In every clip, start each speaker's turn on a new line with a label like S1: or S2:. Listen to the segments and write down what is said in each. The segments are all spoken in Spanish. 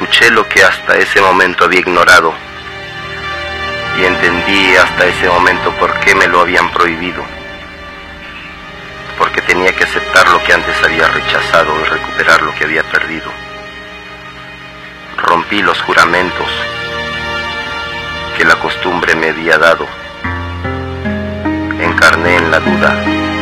S1: Escuché lo que hasta ese momento había ignorado y entendí hasta ese momento por qué me lo habían prohibido. Porque tenía que aceptar lo que antes había rechazado y recuperar lo que había perdido. Rompí los juramentos que la costumbre me había dado. Encarné en la duda.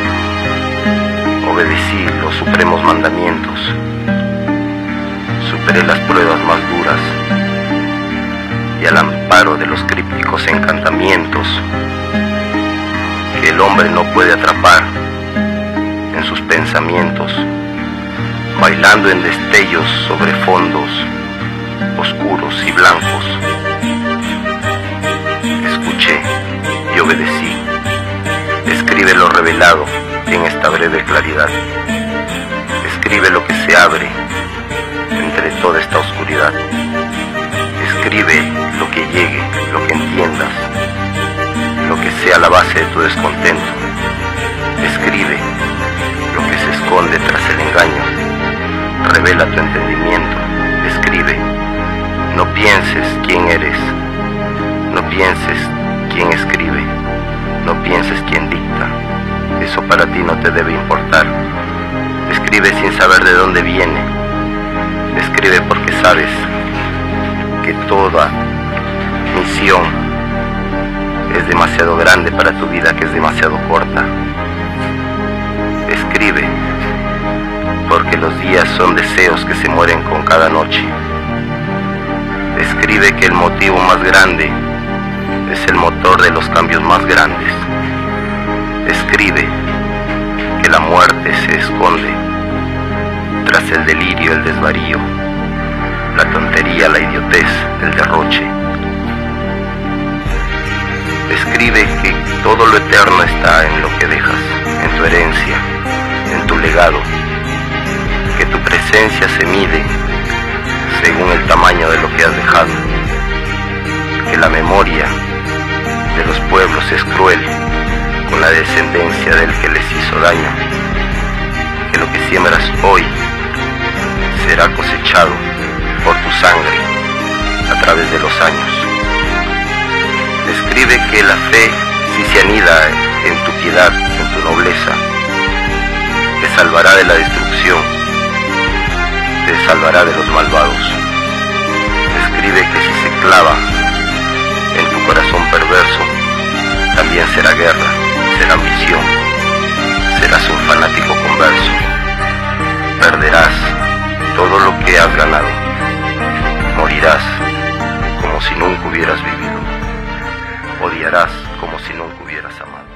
S1: Obedecí los supremos mandamientos. Superé las pruebas más duras y al amparo de los crípticos encantamientos que el hombre no puede atrapar en sus pensamientos, bailando en destellos sobre fondos oscuros y blancos. Escuché y obedecí. Escribe lo revelado en esta breve claridad. Escribe lo que se abre entre toda esta oscuridad. Escribe lo que llegue, lo que entiendas, lo que sea la base de tu descontento. Escribe lo que se esconde tras el engaño. Revela tu entendimiento. Escribe. No pienses quién eres. No pienses quién escribe. No pienses quién dicta. Eso para ti no te debe importar. Escribe sin saber de dónde viene. Escribe porque sabes que toda misión es demasiado grande para tu vida, que es demasiado corta. Escribe porque los días son deseos que se mueren con cada noche. Escribe que el motivo más grande es el motor de los cambios más grandes. Escribe que la muerte se esconde tras el delirio, el desvarío, la tontería, la idiotez, el derroche. Escribe que todo lo eterno está en lo que dejas, en tu herencia, en tu legado, que tu presencia se mide según el tamaño de lo que has dejado, que la memoria de los pueblos es cruel con la descendencia del que les hizo daño, que lo que siembras hoy será cosechado por tu sangre a través de los años. Escribe que la fe, si se anida en tu piedad, en tu nobleza, te salvará de la destrucción, te salvará de los malvados. Escribe que si se clava en tu corazón perverso, también será guerra, será ambición, serás un fanático converso. Perderás todo lo que has ganado, morirás como si nunca hubieras vivido, odiarás como si nunca hubieras amado.